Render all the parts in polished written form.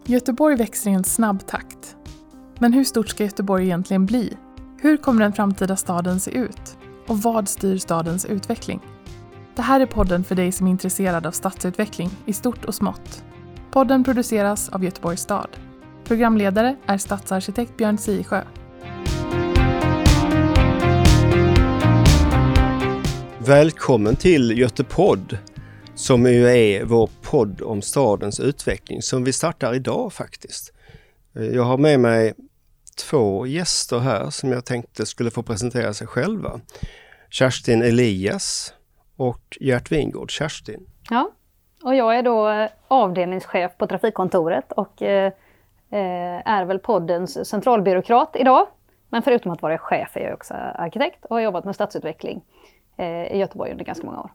Göteborg växer i en snabb takt. Men hur stort ska Göteborg egentligen bli? Hur kommer den framtida staden se ut? Och vad styr stadens utveckling? Det här är podden för dig som är intresserad av stadsutveckling i stort och smått. Podden produceras av Göteborgs stad. Programledare är stadsarkitekt Björn Sisjö. Välkommen till Götepodd, som ju är vår podd om stadens utveckling som vi startar idag faktiskt. Jag har med mig 2 gäster här som jag tänkte skulle få presentera sig själva. Kerstin Elias och Gert Wingård. Kerstin. Ja, och jag är då avdelningschef på trafikkontoret och är väl poddens centralbyråkrat idag. Men förutom att vara chef är jag också arkitekt och har jobbat med stadsutveckling i Göteborg under ganska många år.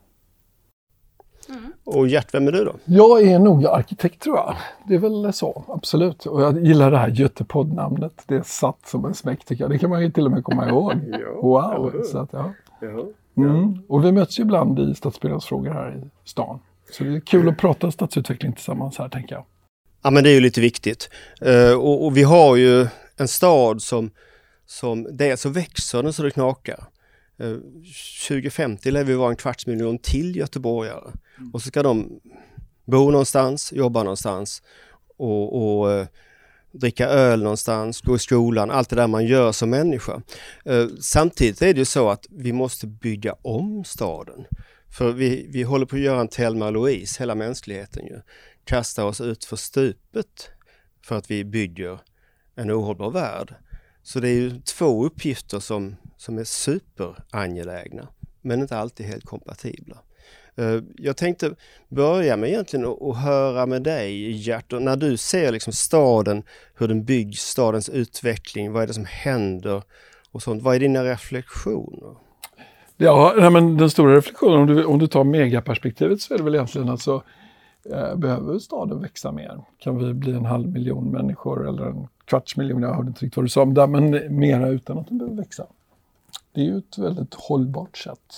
Mm. Och Gert, vem är du då? Jag är nog arkitekt tror jag. Det är väl så, absolut. Och jag gillar det här Götepodd-namnet. Det är satt som en smäck tycker jag. Det kan man ju till och med komma ihåg. Wow! Så att, ja. Och vi möts ju ibland i stadsbyggnadsfrågor här i stan. Så det är kul att prata stadsutveckling tillsammans här tänker jag. Ja, men det är ju lite viktigt. Och vi har ju en stad som dels så växer den så det knakar. 2050 lär vi vara 250 000 till göteborgare. Och så ska de bo någonstans, jobba någonstans och dricka öl någonstans, gå i skolan, allt det där man gör som människa. Samtidigt är det ju så att vi måste bygga om staden. För vi håller på att göra en Thelma Louise, hela mänskligheten ju. Kastar oss ut för stupet för att vi bygger en ohållbar värld. Så det är ju 2 uppgifter som är superangelägna, men inte alltid helt kompatibla. Jag tänkte börja med egentligen att höra med dig, Gert, när du ser liksom staden, hur den byggs, stadens utveckling, vad är det som händer och sånt. Vad är dina reflektioner? Ja, men den stora reflektionen, om du tar megaperspektivet så är det väl egentligen alltså, behöver staden växa mer? Kan vi bli 500 000 människor eller 250 000, jag hörde inte riktigt vad du sa, men mera utan att den behöver växa? Det är ju ett väldigt hållbart sätt.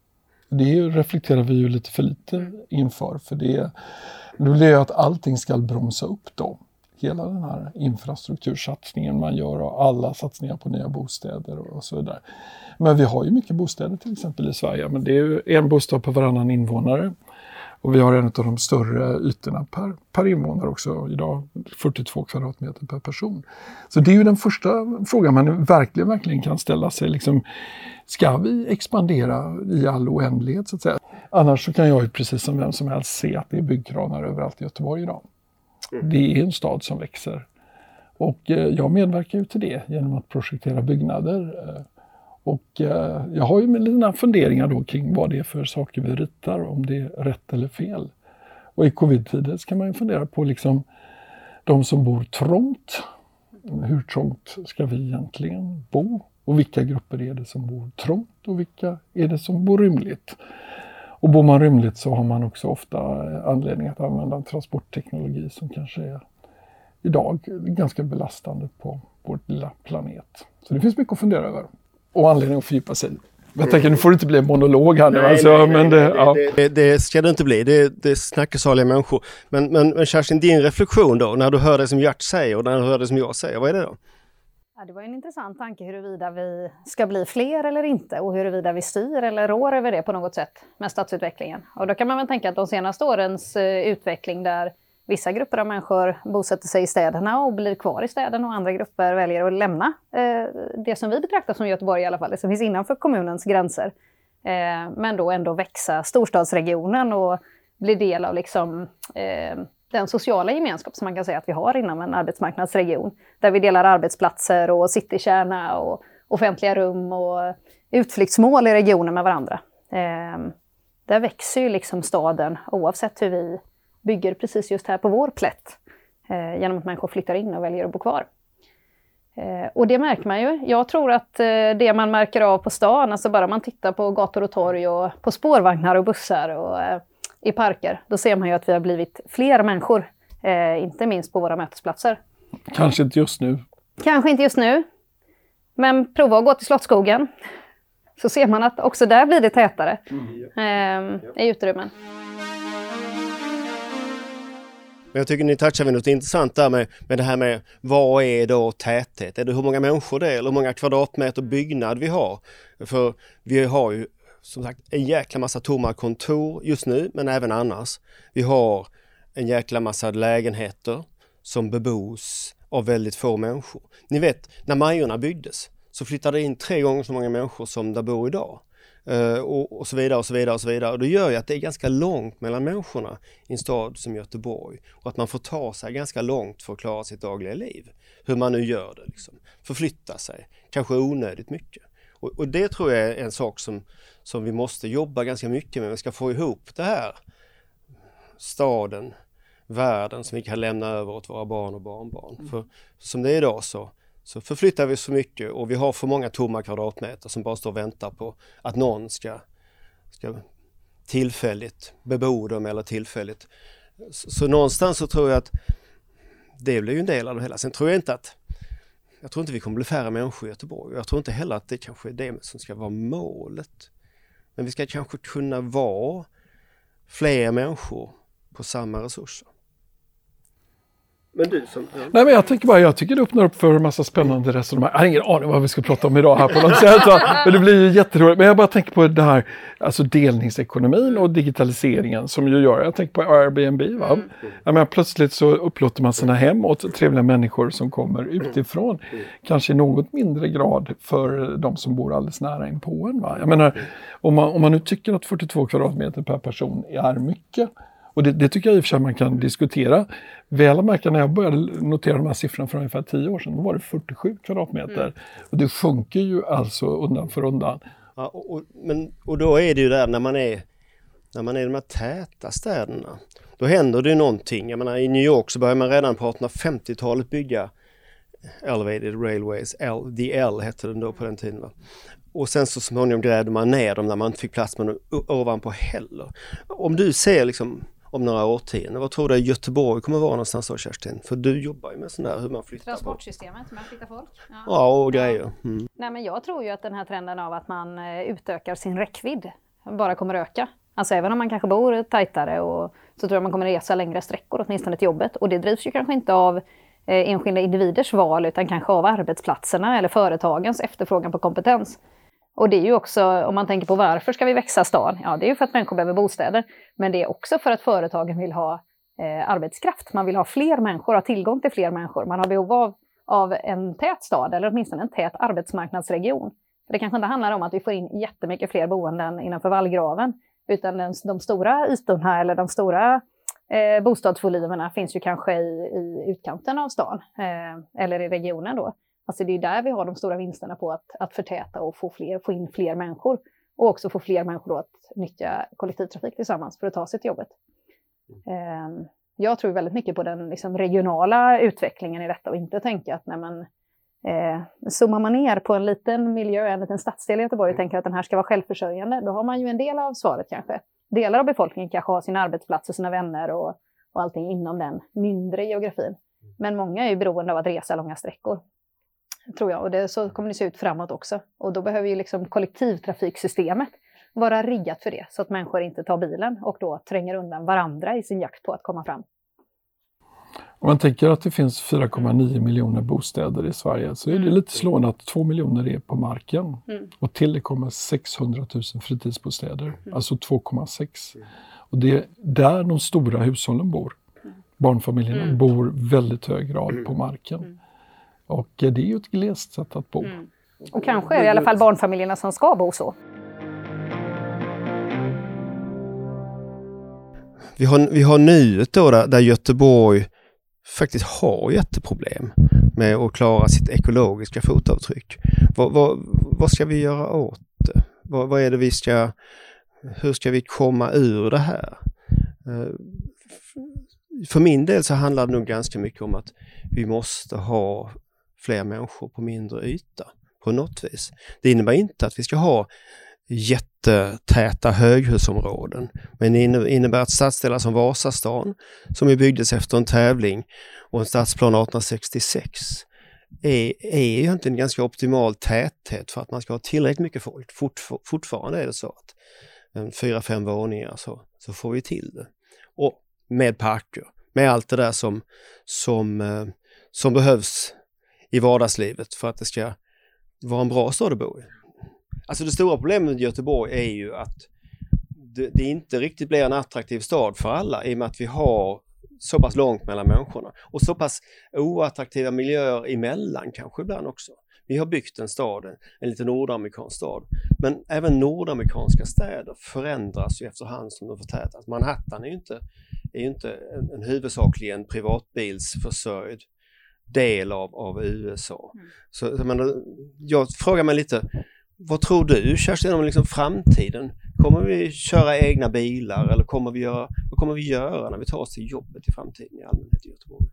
Det reflekterar vi ju lite för lite inför, för det blir att allting ska bromsa upp då. Hela den här infrastruktursatsningen man gör och alla satsningar på nya bostäder och så vidare. Men vi har ju mycket bostäder till exempel i Sverige, men det är ju en bostad på varannan invånare. Och vi har en av de större ytorna per invånare också idag, 42 kvadratmeter per person. Så det är ju den första frågan man verkligen kan ställa sig. Liksom, ska vi expandera i all oändlighet så att säga? Annars så kan jag ju precis som vem som helst se att det är byggkranar överallt i Göteborg idag. Det är en stad som växer. Och jag medverkar ju till det genom att projektera byggnader. Och jag har ju mina funderingar då kring vad det är för saker vi ritar, om det är rätt eller fel. Och i covid-tider ska man ju fundera på liksom de som bor trångt. Hur trångt ska vi egentligen bo? Och vilka grupper är det som bor trångt och vilka är det som bor rymligt? Och bor man rymligt så har man också ofta anledning att använda en transportteknologi som kanske är idag ganska belastande på vår lilla planet. Så det finns mycket att fundera över. Och anledning att fördjupa sig. Jag tänker, nu får det inte bli en monolog här nu. Det ska det inte bli. Det är snackesaliga människor. Men Kerstin, din reflektion då, när du hör det som Gert säger och när du hör det som jag säger, vad är det då? Ja, det var en intressant tanke huruvida vi ska bli fler eller inte och huruvida vi styr eller rår över det på något sätt med stadsutvecklingen. Och då kan man väl tänka att de senaste årens utveckling där vissa grupper av människor bosätter sig i städerna och blir kvar i städerna och andra grupper väljer att lämna det som vi betraktar som Göteborg i alla fall, det som finns innanför kommunens gränser. Men då ändå växa storstadsregionen och bli del av liksom, den sociala gemenskap som man kan säga att vi har inom en arbetsmarknadsregion. Där vi delar arbetsplatser och citykärna och offentliga rum och utflyktsmål i regionen med varandra. Där växer ju liksom staden oavsett hur vi bygger precis just här på vår plätt. Genom att människor flyttar in och väljer att bo kvar. Och det märker man ju. Jag tror att det man märker av på stan, alltså bara man tittar på gator och torg och på spårvagnar och bussar och i parker, då ser man ju att vi har blivit fler människor. Inte minst på våra mötesplatser. Kanske inte just nu. Kanske inte just nu. Men prova att gå till Slottsskogen. Så ser man att också där blir det tätare i utrymmen. Men jag tycker ni touchar vid något intressant där med det här med vad är då täthet? Är det hur många människor det är eller hur många kvadratmeter byggnad vi har? För vi har ju som sagt en jäkla massa tomma kontor just nu, men även annars. Vi har en jäkla massa lägenheter som bebos av väldigt få människor. Ni vet, när Majorna byggdes så flyttade det in 3 gånger så många människor som där bor idag. Och så vidare och så vidare och så vidare. Och det gör ju att det är ganska långt mellan människorna i en stad som Göteborg. Och att man får ta sig ganska långt för att klara sitt dagliga liv. Hur man nu gör det liksom. Förflytta sig. Kanske onödigt mycket. Och det tror jag är en sak som vi måste jobba ganska mycket med. Vi ska få ihop det här. Staden, världen som vi kan lämna över åt våra barn och barnbarn. För som det är idag så förflyttar vi så mycket och vi har för många tomma kvadratmeter som bara står och väntar på att någon ska tillfälligt bebo dem eller tillfälligt. Så någonstans så tror jag att det blir ju en del av det hela. Sen tror jag inte vi kommer bli färre människor i Göteborg. Jag tror inte heller att det kanske är det som ska vara målet. Men vi ska kanske kunna vara fler människor på samma resurser. Men du som... Ja. Nej, men jag tycker det öppnar upp för en massa spännande resonemang. Jag har ingen aning vad vi ska prata om idag här på något sätt. Men det blir ju jätteroligt. Men jag bara tänker på det här, alltså delningsekonomin och digitaliseringen som ju gör. Jag tänker på Airbnb, va? Jag menar, plötsligt så upplåter man sina hem åt trevliga människor som kommer utifrån. Kanske i något mindre grad för de som bor alldeles nära in på en, va? Jag menar, om man nu tycker att 42 kvadratmeter per person är mycket. Och det tycker jag i och för sig man kan diskutera. Väl märka när jag började notera de här siffrorna för ungefär 10 år sedan, då var det 47 kvadratmeter. Och det sjunker ju alltså undan för undan. Ja, och då är det ju där när man är i de här täta städerna. Då händer det ju någonting. Jag menar, i New York så börjar man redan på 1850-talet bygga Elevated Railways. LDL hette den då på den tiden, va? Och sen så småningom grävde man ner dem när man inte fick plats med dem ovanpå heller. Om du ser liksom om några årtionden, vad tror du Göteborg kommer vara någonstans då, Kerstin? För du jobbar ju med sån där hur man flyttar. Transportsystemet, hur man flyttar folk. Ja, och grejer. Mm. Nej, men jag tror ju att den här trenden av att man utökar sin räckvidd bara kommer öka. Alltså även om man kanske bor tajtare och så tror jag man kommer resa längre sträckor åtminstone till jobbet. Och det drivs ju kanske inte av enskilda individers val utan kanske av arbetsplatserna eller företagens efterfrågan på kompetens. Och det är ju också, om man tänker på varför ska vi växa stan? Ja, det är ju för att människor behöver bostäder. Men det är också för att företagen vill ha arbetskraft. Man vill ha fler människor, ha tillgång till fler människor. Man har behov av en tät stad eller åtminstone en tät arbetsmarknadsregion. För det kanske inte handlar om att vi får in jättemycket fler boenden innanför vallgraven. Utan de stora ytorna eller de stora bostadsvolymerna finns ju kanske i utkanten av stan. Eller i regionen då. Alltså det är där vi har de stora vinsterna på att förtäta och få in fler människor. Och också få fler människor att nyttja kollektivtrafik tillsammans för att ta sig till jobbet. Jag tror väldigt mycket på den liksom, regionala utvecklingen i detta och inte tänka att zoomar man ner på en liten miljö, en liten stadsdel i Göteborg och tänker att den här ska vara självförsörjande, då har man ju en del av svaret kanske. Delar av befolkningen kanske har sin arbetsplats och sina vänner och allting inom den mindre geografin. Men många är ju beroende av att resa långa sträckor. Tror jag, och så kommer det se ut framåt också. Och då behöver ju liksom kollektivtrafiksystemet vara riggat för det. Så att människor inte tar bilen och då tränger undan varandra i sin jakt på att komma fram. Om man tänker att det finns 4,9 miljoner bostäder i Sverige så är det lite slående att 2 miljoner är på marken. Och till det kommer 600 000 fritidsbostäder, alltså 2,6. Och det är där de stora hushållen bor. Barnfamiljerna bor väldigt hög grad på marken. Och det är ju ett glest sätt att bo. Och kanske är det i alla fall barnfamiljerna som ska bo så. Vi har nuet då där Göteborg faktiskt har jätteproblem med att klara sitt ekologiska fotavtryck. Vad ska vi göra åt det? Vad är det hur ska vi komma ur det här? För min del så handlar det nog ganska mycket om att vi måste ha fler människor på mindre yta på något vis. Det innebär inte att vi ska ha jättetäta höghusområden, men det innebär att stadsdelar som Vasastan, som ju byggdes efter en tävling och en stadsplan 1866, är ju egentligen en ganska optimal täthet för att man ska ha tillräckligt mycket folk. Fortfarande är det så att 4-5 våningar så får vi till det. Och med parker, med allt det där som behövs i vardagslivet för att det ska vara en bra stad att bo i. Alltså det stora problemet med Göteborg är ju att det inte riktigt blir en attraktiv stad för alla i och med att vi har så pass långt mellan människorna och så pass oattraktiva miljöer emellan kanske ibland också. Vi har byggt en stad, en liten nordamerikansk stad, men även nordamerikanska städer förändras ju efterhand som de förtätas. Manhattan är ju inte en huvudsakligen privatbilsförsörjd del av USA. Så jag frågar mig lite, vad tror du, Kerstin, om liksom framtiden? Kommer vi köra egna bilar eller vad kommer vi göra när vi tar oss till jobbet i framtiden i allmänhet i Göteborg?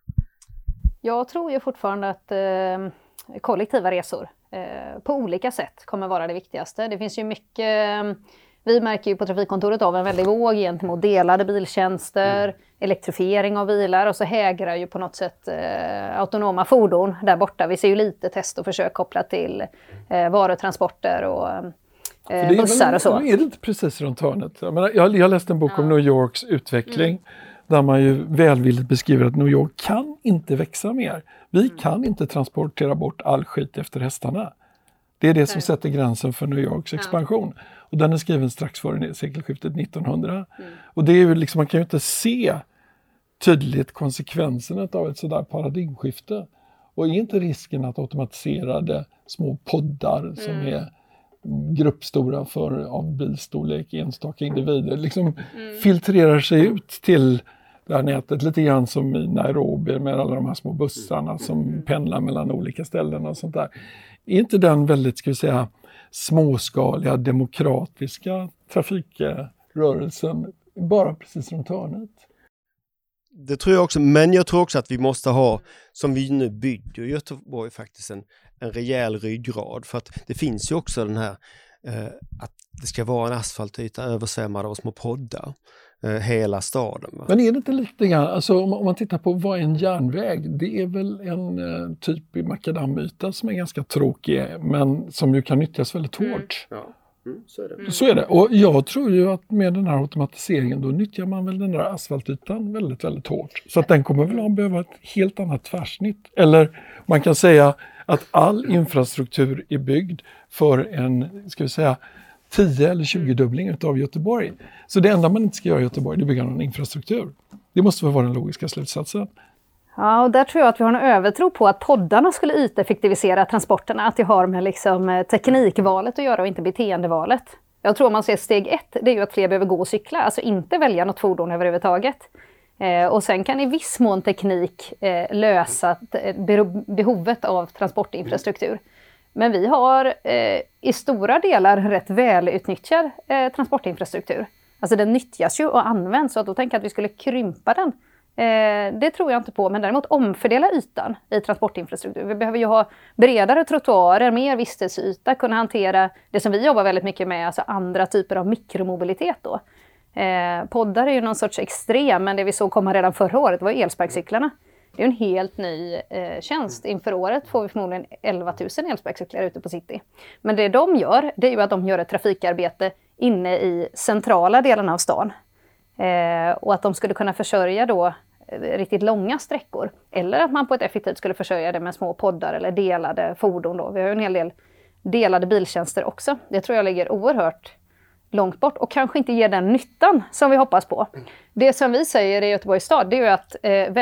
Jag tror ju fortfarande att kollektiva resor på olika sätt kommer vara det viktigaste. Det finns ju mycket, vi märker ju på trafikkontoret av en väldig våg gentemot delade biltjänster, elektrifiering av bilar och så hägrar ju på något sätt autonoma fordon där borta. Vi ser ju lite test och försök kopplat till varutransporter och bussar och så. Är det inte precis runt hörnet? Jag läste en bok om New Yorks utveckling där man ju välvilligt beskriver att New York kan inte växa mer. Vi kan inte transportera bort all skit efter hästarna. Det är det som sätter gränsen för New Yorks expansion. Och den är skriven strax före sekelskiftet 1900. Och det är ju liksom, man kan ju inte se tydligt konsekvenserna av ett sådär paradigmskifte. Och är inte risken att automatiserade små poddar som är gruppstora av bilstorlek, enstaka individer, liksom filtrerar sig ut till det här nätet, lite grann som i Nairobi med alla de här små bussarna som pendlar mellan olika ställen och sånt där. Är inte den väldigt, ska vi säga, småskaliga, demokratiska trafikrörelsen bara precis runt hörnet? Det tror jag också, men jag tror också att vi måste ha, som vi nu bygger i Göteborg, faktiskt en rejäl ryggrad. För att det finns ju också den här att det ska vara en asfaltyta översvämmad av små poddar hela staden. Va? Men är det inte lite grann, alltså om man tittar på vad är en järnväg, det är väl en typ i makadamyta som är ganska tråkig men som ju kan nyttjas väldigt hårt. Ja. Så är det. Så är det. Och jag tror ju att med den här automatiseringen då nyttjar man väl den där asfaltytan väldigt, väldigt hårt. Så att den kommer väl att behöva ett helt annat tvärsnitt. Eller man kan säga att all infrastruktur är byggd för en, ska vi säga, 10 eller 20-dubbling utav Göteborg. Så det enda man inte ska göra i Göteborg, det är bygga någon infrastruktur. Det måste väl vara den logiska slutsatsen. Ja, och där tror jag att vi har en övertro på att poddarna skulle yteffektivisera transporterna. Att det har med liksom teknikvalet att göra och inte beteendevalet. Jag tror om man ser steg 1, det är ju att fler behöver gå och cykla. Alltså inte välja något fordon överhuvudtaget. Och sen kan i viss mån teknik lösa behovet av transportinfrastruktur. Men vi har i stora delar rätt välutnyttjad transportinfrastruktur. Alltså den nyttjas ju och används, så att då tänker jag att vi skulle krympa den. Det tror jag inte på, men däremot omfördela ytan i transportinfrastruktur. Vi behöver ju ha bredare trottoarer, mer vistelseyta, kunna hantera det som vi jobbar väldigt mycket med, alltså andra typer av mikromobilitet då. Poddar är ju någon sorts extrem, men det vi såg komma redan förra året var elsparkcyklarna. Det är en helt ny tjänst. Inför året får vi förmodligen 11 000 elsparkcyklar ute på city. Men det de gör, det är ju att de gör ett trafikarbete inne i centrala delarna av stan. Och att de skulle kunna försörja då riktigt långa sträckor. Eller att man på ett effektivt skulle försörja det med små poddar eller delade fordon då. Vi har ju en hel del delade biltjänster också. Det tror jag ligger oerhört långt bort och kanske inte ger den nyttan som vi hoppas på. Det som vi säger i Göteborgs stad, det är ju att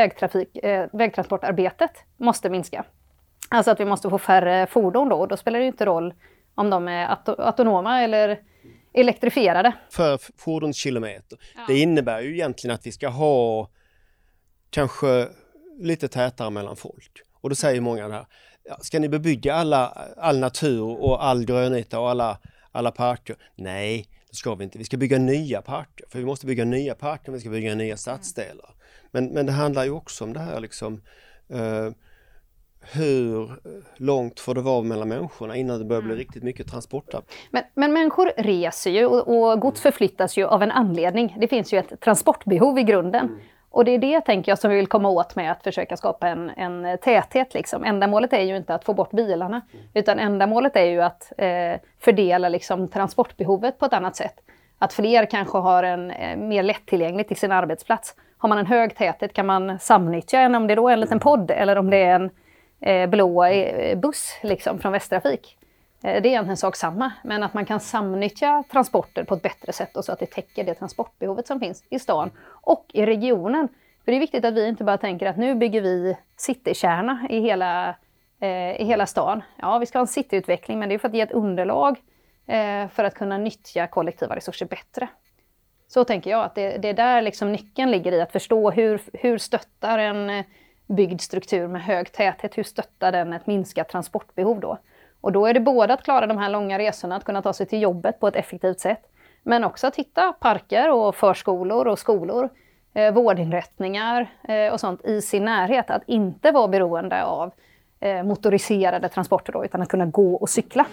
vägtransportarbetet måste minska. Alltså att vi måste få färre fordon då. Och då spelar det ju inte roll om de är autonoma eller elektrifierade. För fordonskilometer. Ja. Det innebär ju egentligen att vi ska ha kanske lite tätare mellan folk. Och då säger många där, ska ni bebygga all natur och all grönyta och alla parker? Nej, det ska vi inte. Vi ska bygga nya parker. För vi måste bygga nya parker, vi ska bygga nya stadsdelar. Men det handlar ju också om det här liksom, hur långt får det vara mellan människorna innan det börjar bli riktigt mycket transporter. Men människor reser ju och gods förflyttas ju av en anledning. Det finns ju ett transportbehov i grunden. Och det är det, tänker jag, som vi vill komma åt med att försöka skapa en täthet. Liksom. Ändamålet är ju inte att få bort bilarna, utan ändamålet är ju att fördela liksom, transportbehovet på ett annat sätt. Att fler kanske har en mer lättillgänglig till sin arbetsplats, har man en hög täthet kan man samnyttja en, om det då är en liten podd eller om det är en blå buss liksom, från Västtrafik. Det är egentligen en sak samma, men att man kan samnyttja transporter på ett bättre sätt och så att det täcker det transportbehovet som finns i stan och i regionen. För det är viktigt att vi inte bara tänker att nu bygger vi citykärna i hela stan. Ja, vi ska ha en cityutveckling, men det är för att ge ett underlag för att kunna nyttja kollektiva resurser bättre. Så tänker jag att det är där liksom nyckeln ligger i att förstå hur stöttar en byggd struktur med hög täthet, hur stöttar den ett minskat transportbehov då? Och då är det både att klara de här långa resorna, att kunna ta sig till jobbet på ett effektivt sätt, men också att hitta parker och förskolor och skolor, vårdinrättningar och sånt i sin närhet. Att inte vara beroende av motoriserade transporter då, utan att kunna gå och cykla.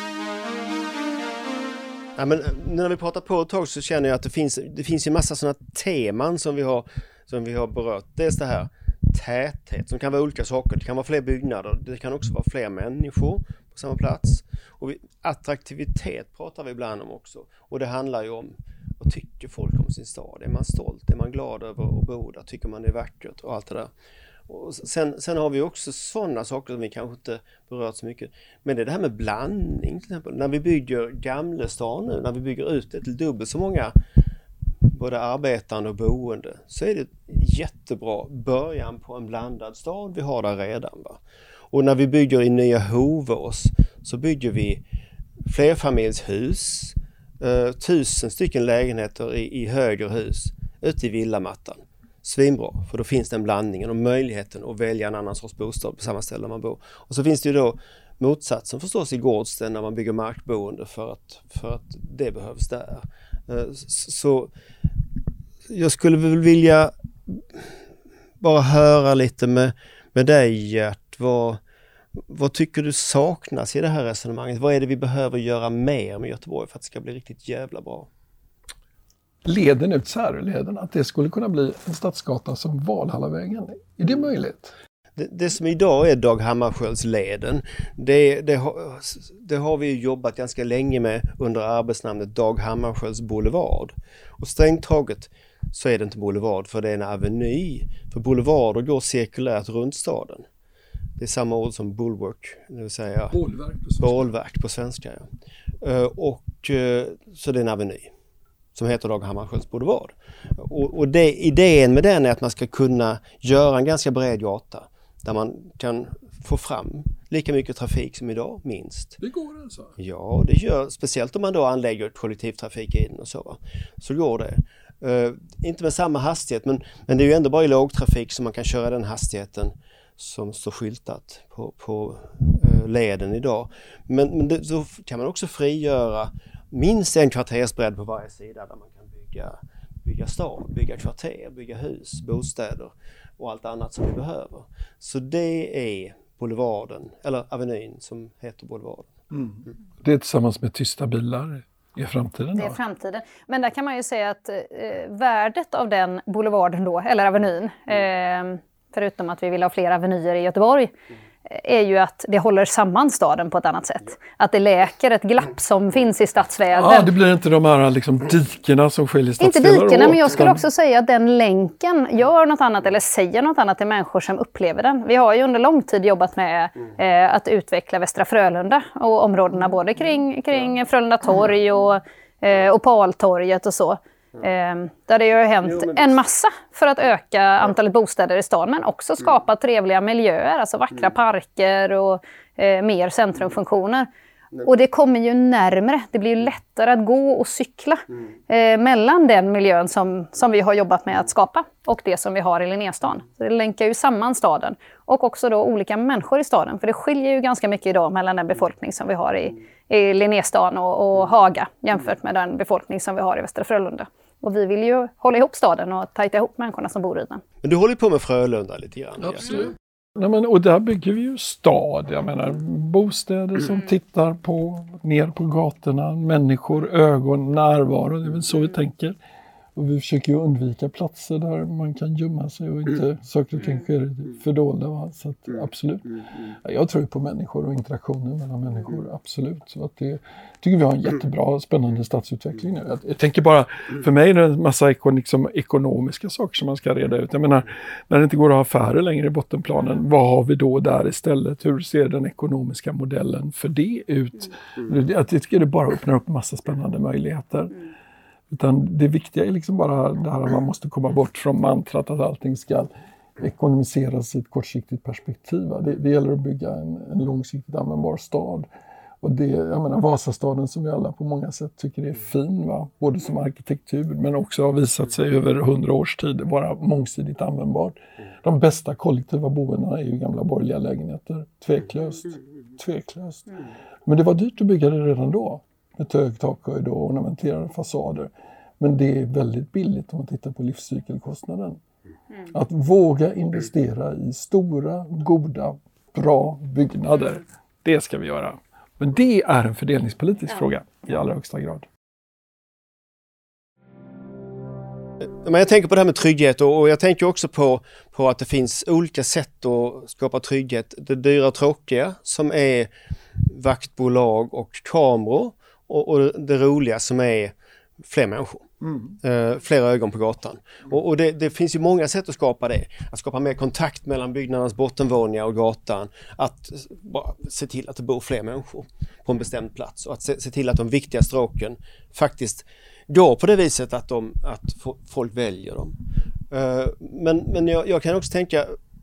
Ja, men när vi pratar på ett tag så känner jag att det finns en massa sådana teman som vi har berört. Dels det här täthet som kan vara olika saker. Det kan vara fler byggnader, det kan också vara fler människor på samma plats. Och attraktivitet pratar vi ibland om också. Och det handlar ju om vad tycker folk om sin stad. Är man stolt? Är man glad över att bo där? Tycker man det är vackert? Och allt det där. Och sen har vi också sådana saker som vi kanske inte berört så mycket. Men det är det här med blandning till exempel. När vi bygger Gamlestan nu, när vi bygger ut det till dubbelt så många både arbetande och boende, så är det jättebra början på en blandad stad vi har där redan. Va? Och när vi bygger i Nya Hovås så bygger vi flerfamiljshus, 1000 stycken lägenheter i högre hus ute i villamattan. Svinbra, för då finns den blandningen och möjligheten att välja en annan sorts bostad på samma ställe man bor. Och så finns det ju då motsatsen förstås i Gårdsten när man bygger markboende för att det behövs där. Så jag skulle väl vilja bara höra lite med dig, Gert. Vad tycker du saknas i det här resonemanget? Vad är det vi behöver göra mer med Göteborg för att det ska bli riktigt jävla bra? Leden ut, Säröleden, att det skulle kunna bli en stadsgata som Valhallavägen. Är det möjligt? Det som idag är Dag Hammarskjöldsleden, det har vi jobbat ganska länge med under arbetsnamnet Dag Hammarskjölds boulevard. Och strängt taget så är det inte boulevard, för det är en aveny. För boulevarder går cirkulärt runt staden. Det är samma ord som bulwark, det vill säga bålverk på svenska. Ja. Så det är en aveny som heter Dag Hammarskjölds boulevard. Och idén med den är att man ska kunna göra en ganska bred gata där man kan få fram lika mycket trafik som idag, minst. Det går alltså? Ja, det gör, speciellt om man då anlägger kollektivtrafik i den och så. Så går det. Inte med samma hastighet, men det är ju ändå bara i lågtrafik som man kan köra den hastigheten som står skyltat på leden idag. Men så kan man också frigöra minst en kvartersbredd på varje sida där man kan bygga stad, bygga kvarter, bygga hus, bostäder och allt annat som vi behöver. Så det är boulevarden, eller avenyn som heter boulevarden. Mm. Det är tillsammans med tysta bilar i framtiden då? Det är framtiden. Men där kan man ju säga att värdet av den boulevarden då, eller avenyn, förutom att vi vill ha fler avenyer i Göteborg, är ju att det håller samman staden på ett annat sätt. Att det läker ett glapp som finns i stadsvägen. Ja, det blir inte de här liksom dikena som skiljer stadsdelar. Inte dikena, men jag skulle också säga att den länken gör något annat eller säger något annat till människor som upplever den. Vi har ju under lång tid jobbat med att utveckla Västra Frölunda och områdena både kring Frölunda torg och Opaltorget och så. Där det har hänt en massa för att öka antalet bostäder i stan, men också skapa trevliga miljöer, alltså vackra parker och mer centrumfunktioner. Och det kommer ju närmare, det blir ju lättare att gå och cykla mellan den miljön som vi har jobbat med att skapa och det som vi har i Linnéstan. Så det länkar ju samman staden och också då olika människor i staden, för det skiljer ju ganska mycket idag mellan den befolkning som vi har i Linnéstan och Haga jämfört med den befolkning som vi har i Västra Frölunda. Och vi vill ju hålla ihop staden och tajta ihop människorna som bor i den. Men du håller på med Frölunda lite grann. Absolut. Nej, men, och där bygger vi ju stad, jag menar bostäder som tittar ner på gatorna, människor, ögon, närvaro, det är väl så vi tänker. Och vi försöker ju undvika platser där man kan gömma sig och inte saker och ting sker fördolda. Va? Så att, absolut. Jag tror på människor och interaktioner mellan människor, absolut. Så att det tycker vi har en jättebra, spännande stadsutveckling nu. Jag tänker bara, för mig är det en massa ekonomiska saker som man ska reda ut. Jag menar, när det inte går att ha affärer längre i bottenplanen, vad har vi då där istället? Hur ser den ekonomiska modellen för det ut? Jag tycker det bara öppnar upp en massa spännande möjligheter. Utan det viktiga är liksom bara det här att man måste komma bort från mantrat att allting ska ekonomiseras i ett kortsiktigt perspektiv. Det gäller att bygga en långsiktigt användbar stad. Och det, jag menar, Vasastaden som vi alla på många sätt tycker är fin, va? Både som arkitektur men också har visat sig över 100 års tid vara mångsidigt användbart. De bästa kollektiva boendena är ju gamla borgerliga lägenheter, tveklöst. Men det var dyrt att bygga det redan då. Med hög takhöjd och ornamenterade fasader. Men det är väldigt billigt om man tittar på livscykelkostnaden. Att våga investera i stora, goda, bra byggnader. Det ska vi göra. Men det är en fördelningspolitisk fråga i allra högsta grad. Men jag tänker på det här med trygghet och jag tänker också på att det finns olika sätt att skapa trygghet. Det dyra och tråkiga som är vaktbolag och kameror. Och det roliga som är fler människor, fler ögon på gatan. Och det finns ju många sätt att skapa det. Att skapa mer kontakt mellan byggnadernas bottenvåningar och gatan. Att bara se till att det bor fler människor på en bestämd plats. Och att se till att de viktiga stråken faktiskt går på det viset att folk väljer dem. Men jag kan också tänka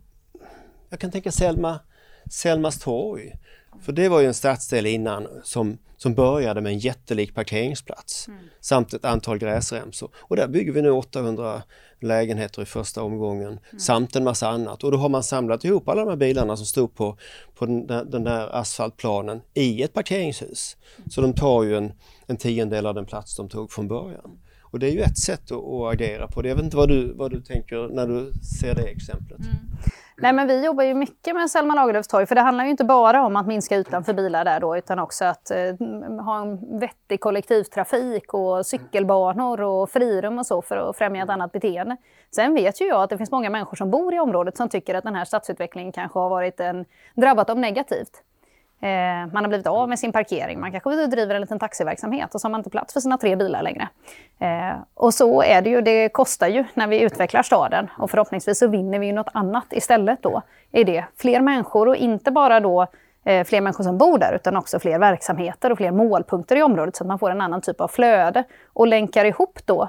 Selmas torg. För det var ju en stadsdel innan som började med en jättelik parkeringsplats samt ett antal gräsremsor. Och där bygger vi nu 800 lägenheter i första omgången samt en massa annat. Och då har man samlat ihop alla de här bilarna som stod på den där asfaltplanen i ett parkeringshus. Så de tar ju en tiondel av den plats de tog från början. Och det är ju ett sätt att agera på det. Jag vet inte vad du tänker när du ser det exemplet. Nej, men vi jobbar ju mycket med Selma Lagerlöfs torg, för det handlar ju inte bara om att minska ytan för bilar där då, utan också att ha en vettig kollektivtrafik och cykelbanor och frirum och så för att främja ett annat beteende. Sen vet ju jag att det finns många människor som bor i området som tycker att den här stadsutvecklingen kanske har varit drabbat dem negativt. Man har blivit av med sin parkering, man kanske driver en liten taxiverksamhet och så har man inte plats för sina 3 bilar längre. Och så är det ju, det kostar ju när vi utvecklar staden och förhoppningsvis så vinner vi ju något annat istället då. Är det fler människor och inte bara då fler människor som bor där utan också fler verksamheter och fler målpunkter i området så att man får en annan typ av flöde och länkar ihop då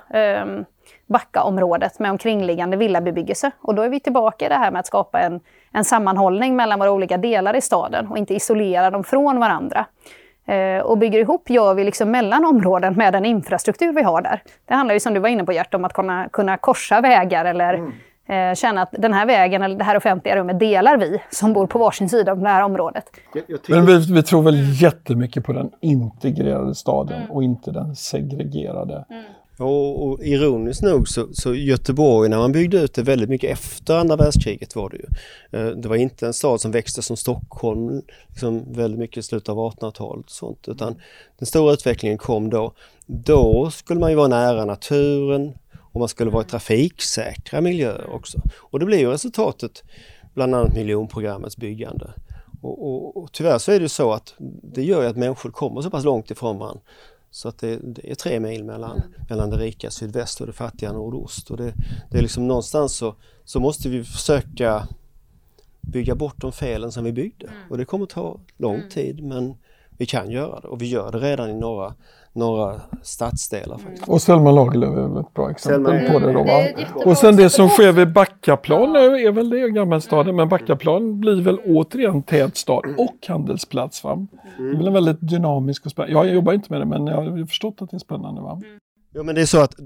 Backaområdet med omkringliggande villabebyggelse. Och då är vi tillbaka i det här med att skapa en sammanhållning mellan våra olika delar i staden och inte isolera dem från varandra. Och bygger ihop gör vi liksom mellan områden med den infrastruktur vi har där. Det handlar ju som du var inne på Gert om att kunna korsa vägar eller känna att den här vägen eller det här offentliga rummet delar vi som bor på varsin sida av det här området. Men vi tror väl jättemycket på den integrerade staden och inte den segregerade. Och ironiskt nog så Göteborg, när man byggde ut det väldigt mycket efter andra världskriget var det ju. Det var inte en stad som växte som Stockholm liksom väldigt mycket i slutet av 1800-talet och sånt, utan den stora utvecklingen kom då. Då skulle man ju vara nära naturen och man skulle vara i trafiksäkra miljöer också. Och det blev ju resultatet bland annat miljonprogrammets byggande. Och tyvärr så är det ju så att det gör ju att människor kommer så pass långt ifrån varandra. Så att det är 3 mil mellan det rika sydväst och det fattiga nordost. Och det är liksom någonstans så måste vi försöka bygga bort de felen som vi byggde. Och det kommer ta lång tid, men vi kan göra det. Och vi gör det redan i några stadsdelar faktiskt. Och Selma Lagerlöf är väl ett bra exempel på det då, va? Det och sen det som sker vid Backaplan nu är väl det gammelstaden, men Backaplan blir väl återigen tätstad och handelsplats, va? Det är väl en väldigt dynamisk och spännande. Jag jobbar inte med det, men jag har förstått att det är spännande, va? Jo, men det är så att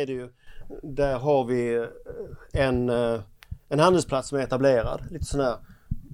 där har vi en handelsplats som är etablerad, lite sån här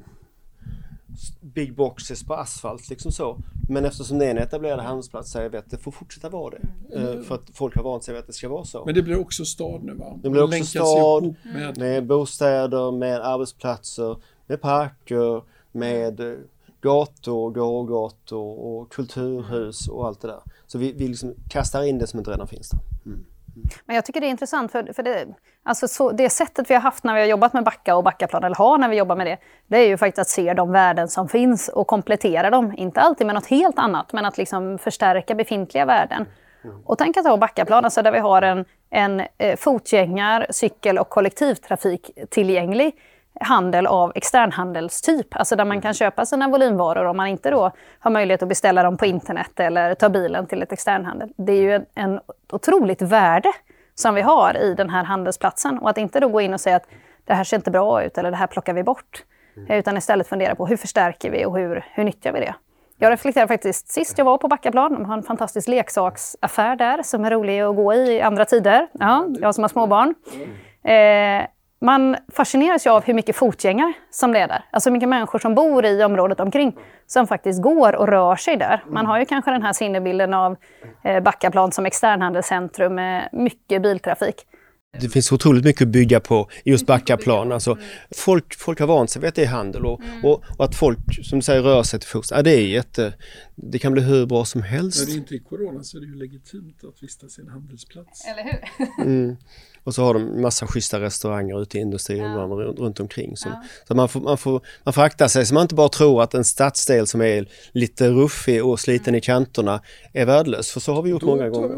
big boxes på asfalt liksom så. Men eftersom det är en etablerad handelsplats så jag vet att det får fortsätta vara det. För att folk har vant sig vid att det ska vara så. Men det blir också stad nu, va? Det blir också stad med bostäder, med arbetsplatser, med parker, med gator, gågator och kulturhus och allt det där. Så vi liksom kastar in det som inte redan finns där. Men jag tycker det är intressant för det, alltså det sättet vi har haft när vi har jobbat med Backa och Backaplan, eller har när vi jobbar med det är ju faktiskt att se de värden som finns och komplettera dem. Inte alltid med något helt annat, men att liksom förstärka befintliga värden. Och tänk att ha Backaplan, alltså där vi har en fotgängar-, cykel- och kollektivtrafik tillgänglig handel av externhandelstyp, alltså där man kan köpa sina volymvaror om man inte då har möjlighet att beställa dem på internet eller ta bilen till ett externhandel. Det är ju en otroligt värde som vi har i den här handelsplatsen, och att inte då gå in och säga att det här ser inte bra ut eller det här plockar vi bort, utan istället fundera på hur förstärker vi och hur nyttjar vi det. Jag reflekterar faktiskt sist jag var på Backaplan, de har en fantastisk leksaksaffär där som är rolig att gå i andra tider, jag som har småbarn. Man fascineras ju av hur mycket fotgängare som det är där. Alltså hur mycket människor som bor i området omkring som faktiskt går och rör sig där. Man har ju kanske den här sinnebilden av Backaplan som externhandelscentrum med mycket biltrafik. Det finns otroligt mycket att bygga på i just Backaplan. Alltså, folk har vant sig vid att det är handel och att folk som säger rör sig till fots. Det kan bli hur bra som helst. När det inte är corona så är det ju legitimt att vistas i en handelsplats. Eller hur? Och så har de massa schyssta restauranger ute i industrin runt omkring. Så man får akta sig så man inte bara tror att en stadsdel som är lite ruffig och sliten i kanterna är värdelös. För så har vi gjort många gånger.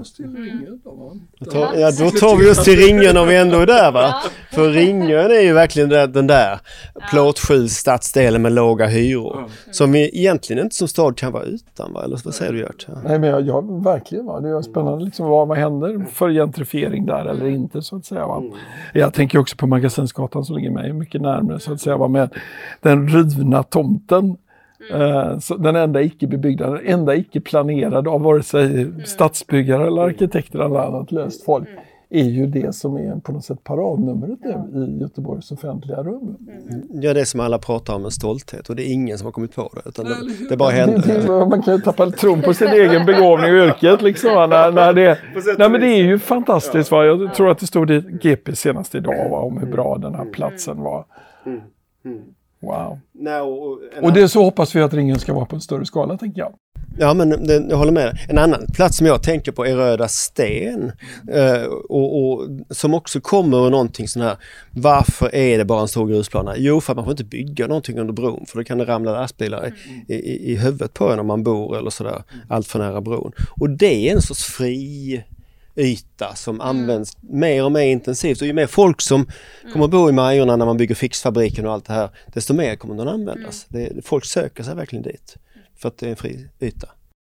Då tar vi oss till Ringen om vi ändå är där, va? För Ringen är ju verkligen den där plåtskjul-stadsdelen med låga hyror. Som vi egentligen inte som stad kan vara utan, va? Eller vad säger du, Gert? Nej, men jag verkligen, va? Det är spännande liksom, vad händer för gentrifiering där eller inte, så att säga, va? Jag tänker också på Magasinsgatan som ligger mig mycket närmare, så att säga, va? Med den rivna tomten. Så den enda icke-bebyggda, den enda icke-planerade av vare sig stadsbyggare eller arkitekter eller annat löst folk är ju det som är på något sätt paradnumret i Göteborgs offentliga rum. Ja, det som alla pratar om med stolthet, och det är ingen som har kommit på det, utan det bara händer. Man kan ju tappa tron på sin egen begåvning i yrket liksom, nej, men det är ju fantastiskt, va? Jag tror att det stod i GP senast idag, va, om hur bra den här platsen var. Wow. Och det så hoppas vi att Ringen ska vara på en större skala, tänker jag. Ja, men jag håller med. En annan plats som jag tänker på är Röda Sten. Och som också kommer ur någonting sån här. Varför är det bara en stor grusplana? Jo, för att man får inte bygga någonting under bron. För då kan det ramla lastbilar i huvudet på en om man bor eller sådär. Allt för nära bron. Och det är en sorts fri yta som används mer och mer intensivt. Och ju mer folk som kommer att bo i Majorna när man bygger fixfabriken och allt det här, desto mer kommer den användas. Folk söker sig verkligen dit för att det är en fri yta.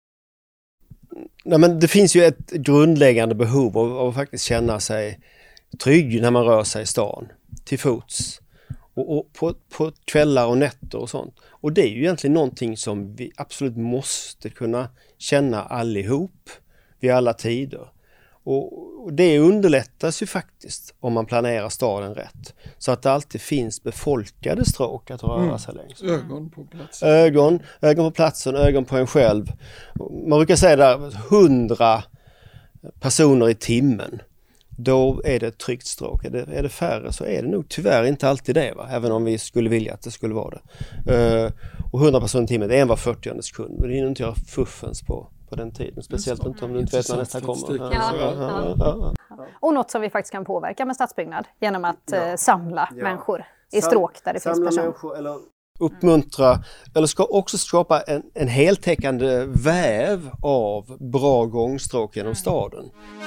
Nej, men det finns ju ett grundläggande behov av att faktiskt känna sig trygg när man rör sig i stan, till fots och på kvällar och nätter och sånt. Och det är ju egentligen någonting som vi absolut måste kunna känna allihop vid alla tider. Och det underlättas ju faktiskt om man planerar staden rätt. Så att det alltid finns befolkade stråk att röra sig längs. Ögon på platsen. Ögon på platsen, ögon på en själv. Man brukar säga där 100 personer i timmen. Då är det ett tryggt stråk. Är det färre så är det nog tyvärr inte alltid det, va? Även om vi skulle vilja att det skulle vara det. Och 100 personer i timmen, det är en var 40:e sekund. Och det hinner inte göra fuffens på den tiden. Speciellt inte om du inte vet när nästa kommer. Ja. Och något som vi faktiskt kan påverka med stadsbyggnad genom att samla människor i stråk där det finns personer. Eller uppmuntra, eller ska också skapa en heltäckande väv av bra gångstråk genom staden.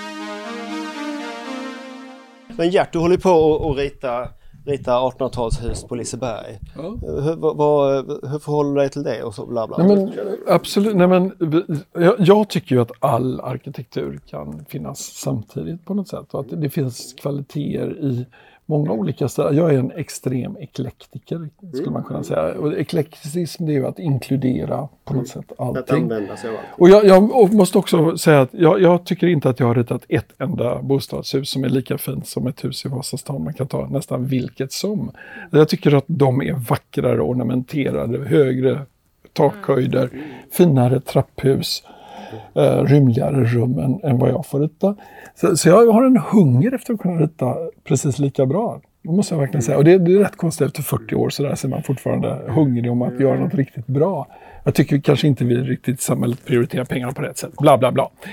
Men Gert, du håller på att rita 1800-talshus på Liseberg. Ja. Hur förhåller du dig till det? Och så bla bla. Nej, men, absolut. Nej, men, jag tycker ju att all arkitektur kan finnas samtidigt på något sätt. Och att det finns kvaliteter i många olika ställen. Jag är en extrem eklektiker, skulle man kunna säga. Och eklekticism, det är ju att inkludera på något sätt allting. Att använda sig av allt. Och jag måste också säga att jag tycker inte att jag har ritat ett enda bostadshus som är lika fint som ett hus i Vasastan. Man kan ta nästan vilket som. Jag tycker att de är vackrare, ornamenterade, högre takhöjder, finare trapphus. Rymligare rum än vad jag får rita. Så jag har en hunger efter att kunna rita precis lika bra. Det måste jag verkligen säga. Och det är rätt konstigt, efter 40 år så där ser man fortfarande hungrig om att göra något riktigt bra. Jag tycker kanske inte vi riktigt i samhället prioriterar pengarna på rätt sätt. Bla bla bla.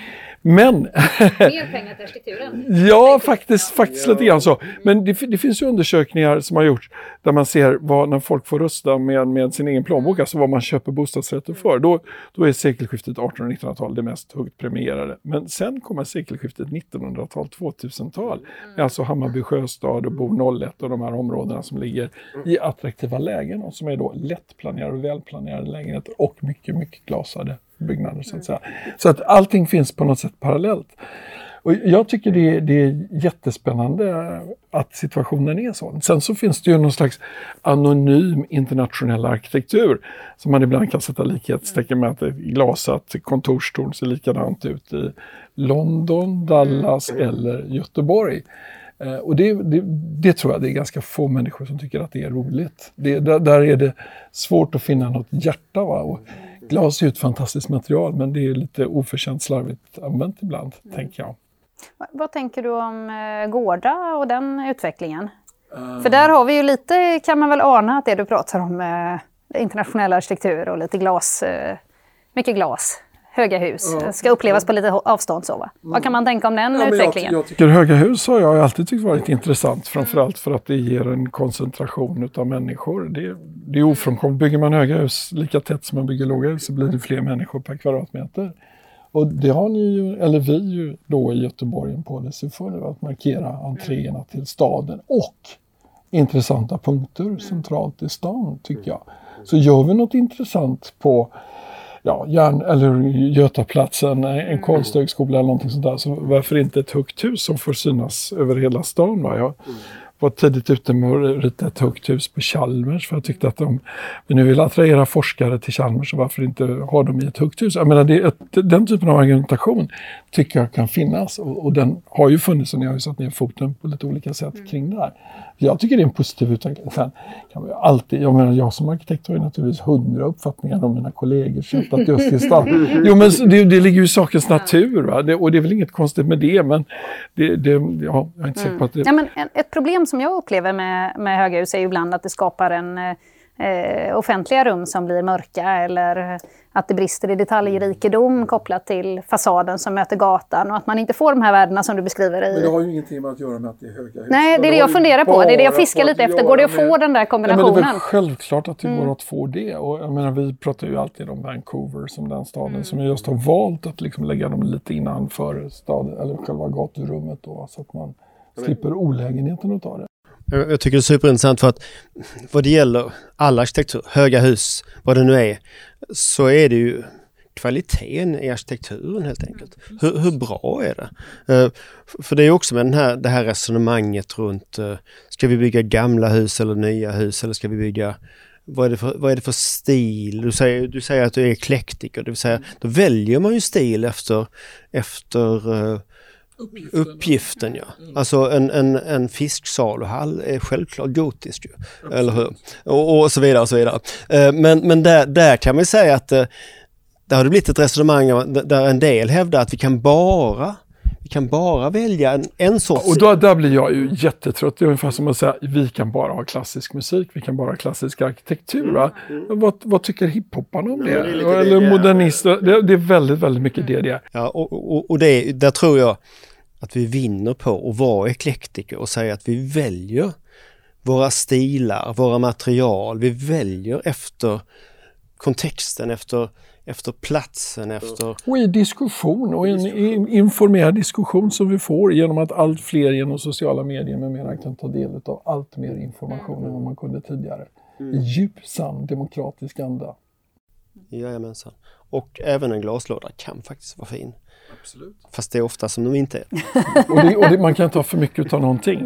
Men... Mer pengar till arkitekturen? Ja, faktiskt lite grann så. Men det finns ju undersökningar som har gjorts där man ser när folk får rösta med sin egen plånbok, alltså vad man köper bostadsrätter för. Då är sekelskiftet 1800- och 1900-tal det mest högt premierade. Men sen kommer sekelskiftet 1900-tal, 2000-tal. Alltså Hammarby Sjöstad och Bo 01 och de här områdena som ligger i attraktiva lägen och som är då lättplanerade och välplanerade lägenheter och mycket, mycket glasade byggnader så att säga. Så att allting finns på något sätt parallellt. Och jag tycker det är jättespännande att situationen är så. Sen så finns det ju någon slags anonym internationell arkitektur som man ibland kan sätta likhetstecken med att ett glasat kontorstorn ser likadant ut i London, Dallas eller Göteborg. Och det tror jag det är ganska få människor som tycker att det är roligt. Där är det svårt att finna något hjärta. Va? Och glas är ett fantastiskt material, men det är lite oförtjänt slarvigt använt ibland, tänker jag. Vad tänker du om Gårda och den utvecklingen? För där har vi ju lite, kan man väl ana att det du pratar om, internationell arkitektur och lite glas, mycket glas. Höga hus ska upplevas på lite avstånd så va? Vad kan man tänka om den utvecklingen? Jag tycker höga hus har jag alltid tyckt varit intressant, framförallt för att det ger en koncentration av människor. Det är ofrånkomligt. Bygger man höga hus lika tätt som man bygger låga hus så blir det fler människor per kvadratmeter. Och det har ni ju, eller vi ju då i Göteborg en policy för att markera entréerna till staden och intressanta punkter centralt i stan tycker jag. Så gör vi något intressant på eller Götaplatsen, en konsthögskola eller någonting sånt där. Så varför inte ett högt hus som får synas över hela stan? Va? Jag var tidigt ute med att rita ett högt hus på Chalmers för jag tyckte att vi nu vill attrahera forskare till Chalmers så varför inte ha dem i ett högt hus? Jag menar, den typen av argumentation tycker jag kan finnas och den har ju funnits och ni har ju satt ner foten på lite olika sätt kring det här. Jag tycker det är en positiv utveckling. Sen kan vi alltid, jag som arkitekt har ju naturligtvis 100 uppfattningar om mina kollegor köpt just i stan. Jo men det ligger ju i sakens natur va? Och det är väl inget konstigt med det men jag är inte säker på att det... Ja, men ett problem som jag upplever med höga hus är ju ibland att det skapar offentliga rum som blir mörka eller att det brister i detaljrikedom kopplat till fasaden som möter gatan och att man inte får de här värdena som du beskriver i... Men det har ju ingenting med att göra med att det är höga hus. Nej, det är det jag funderar på. Det är det jag fiskar lite efter. Går det att få den där kombinationen? Ja, men det är väl självklart att det går att få det. Och jag menar, vi pratar ju alltid om Vancouver som den staden som just har valt att liksom lägga dem lite innanför staden eller själva gaturummet då, så att man slipper olägenheten utav det. Jag tycker det är superintressant för att vad det gäller all arkitektur, höga hus, vad det nu är, så är det ju kvaliteten i arkitekturen helt enkelt. Hur bra är det? För det är också med det här resonemanget runt ska vi bygga gamla hus eller nya hus eller ska vi bygga vad är det för stil? Du säger att du är eklektiker, det vill säga då väljer man ju stil efter uppgiften ja. Alltså en fisksaluhall är självklart gotisk ju. Eller hur? Och så vidare och så vidare. Men där kan man säga att där har det blivit ett resonemang där en del hävdar att vi kan bara välja en sorts... Och där blir jag ju jättetrött. Det är ungefär som att säga vi kan bara ha klassisk musik, vi kan bara ha klassisk arkitektur. Va? Vad tycker hiphopparna om det? Eller modernister? Det är väldigt, väldigt mycket det. Ja, och där tror jag att vi vinner på att vara eklektiker och säga att vi väljer våra stilar, våra material. Vi väljer efter kontexten, efter platsen, efter... Och i diskussion och en informerad diskussion som vi får genom att allt fler genom sociala medier med mera kan ta del av allt mer information än vad man kunde tidigare. I djup, sann, demokratisk anda. Jajamensan. Och även en glaslåda kan faktiskt vara fin. Absolut. Fast det är ofta som de inte är. och man kan inte ha för mycket av någonting.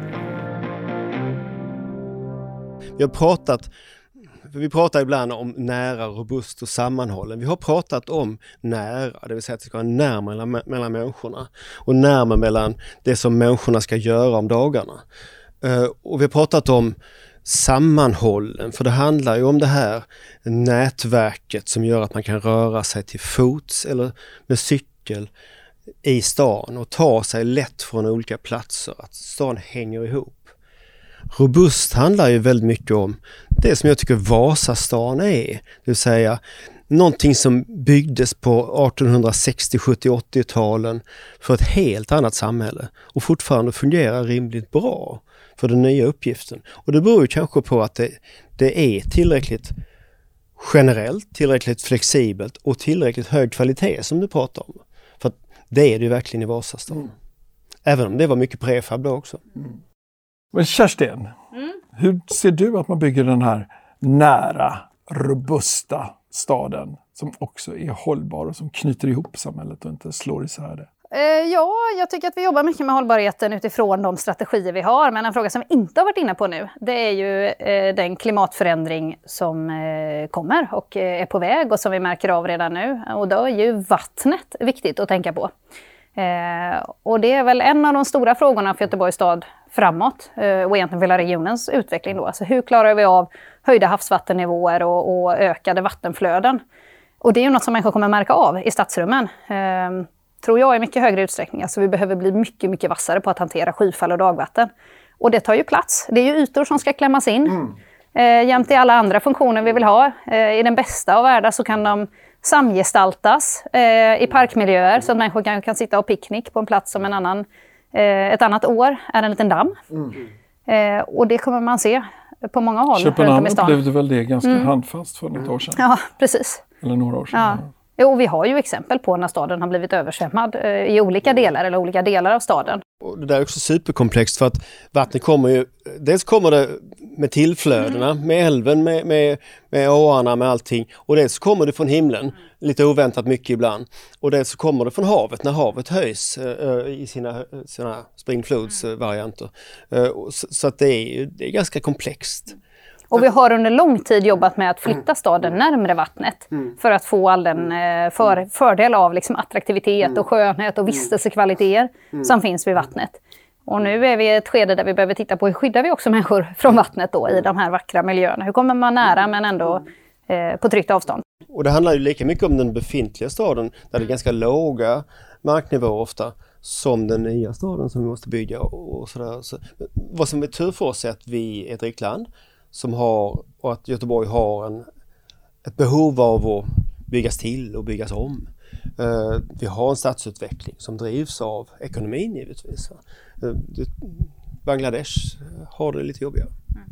Vi pratar ibland om nära, robust och sammanhållen. Vi har pratat om nära, det vill säga att det ska vara närmare mellan människorna och närmare mellan det som människorna ska göra om dagarna. Och vi har pratat om sammanhållen, för det handlar ju om det här nätverket som gör att man kan röra sig till fots eller med cykel i stan och ta sig lätt från olika platser, att stan hänger ihop. Robust handlar ju väldigt mycket om det som jag tycker Vasastan är, det vill säga någonting som byggdes på 1860, 70, 80-talen för ett helt annat samhälle och fortfarande fungerar rimligt bra för den nya uppgiften. Och det beror ju kanske på att det är tillräckligt generellt, tillräckligt flexibelt och tillräckligt hög kvalitet som du pratar om. För att det är det ju verkligen i Vasastan. Även om det var mycket prefab då också. Men Kerstin, hur ser du att man bygger den här nära, robusta staden som också är hållbar och som knyter ihop samhället och inte slår isär det? Ja, jag tycker att vi jobbar mycket med hållbarheten utifrån de strategier vi har. Men en fråga som vi inte har varit inne på nu, det är ju den klimatförändring som kommer och är på väg och som vi märker av redan nu. Och då är ju vattnet viktigt att tänka på. Och det är väl en av de stora frågorna för Göteborgs stad framåt och egentligen för hela regionens utveckling då. Alltså hur klarar vi av höjda havsvattennivåer och ökade vattenflöden? Och det är ju något som människor kommer märka av i stadsrummen. Tror jag i mycket högre utsträckning. Alltså vi behöver bli mycket, mycket vassare på att hantera skyfall och dagvatten. Och det tar ju plats. Det är ju ytor som ska klämmas in. Jämt i alla andra funktioner vi vill ha. I den bästa av världar så kan de samgestaltas i parkmiljöer så att människor kan sitta och picknick på en plats som ett annat år är en liten damm. Och det kommer man se på många håll. Köpenhamn upplevde väl det ganska handfast för något år sedan. Ja, precis. Eller några år sedan. Ja. Jo, vi har ju exempel på när staden har blivit översvämmad i olika delar av staden. Och det där är också superkomplext för att vattnet kommer ju, dels kommer det med tillflödena, med älven, med åarna, med allting. Och dels kommer det från himlen, lite oväntat mycket ibland. Och dels kommer det från havet, när havet höjs i sina springflodsvarianter. Så att det är ganska komplext. Och vi har under lång tid jobbat med att flytta staden närmare vattnet för att få all den fördel av liksom attraktivitet och skönhet och vistelsekvaliteter som finns vid vattnet. Och nu är vi i ett skede där vi behöver titta på hur skyddar vi också människor från vattnet då i de här vackra miljöerna. Hur kommer man nära men ändå på tryggt avstånd? Och det handlar ju lika mycket om den befintliga staden där det är ganska låga marknivåer ofta som den nya staden som vi måste bygga och sådär. Så, vad som är tur för oss är att vi är ett rikt land och att Göteborg har ett behov av att byggas till och byggas om. Vi har en stadsutveckling som drivs av ekonomin givetvis. Bangladesh har det lite jobbigare.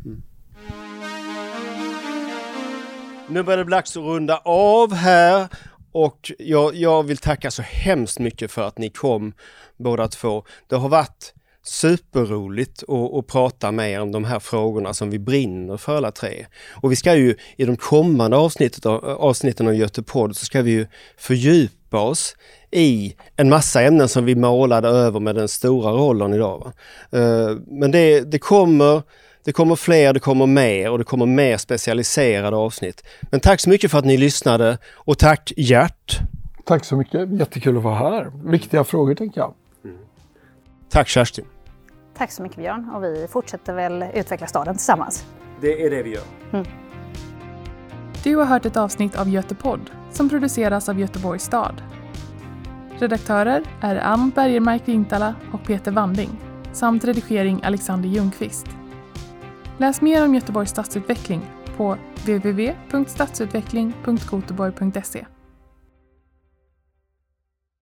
Nu börjar det bli dags att runda av här och jag vill tacka så hemskt mycket för att ni kom båda två. Det har varit superroligt att prata med er om de här frågorna som vi brinner för alla tre. Och vi ska ju i de kommande avsnitten av Götepodd så ska vi ju fördjupa oss i en massa ämnen som vi målade över med den stora rollen idag. Va? Men det kommer fler, det kommer mer och det kommer mer specialiserade avsnitt. Men tack så mycket för att ni lyssnade och tack Gert. Tack så mycket, jättekul att vara här. Viktiga frågor tänker jag. Tack Kerstin. Tack så mycket Björn och vi fortsätter väl utveckla staden tillsammans. Det är det vi gör. Du har hört ett avsnitt av Götepodd som produceras av Göteborgs stad. Redaktörer är Ann Bergermark-Vintala och Peter Wanding samt redigering Alexander Ljungqvist. Läs mer om Göteborgs stadsutveckling på www.stadsutveckling.goteborg.se.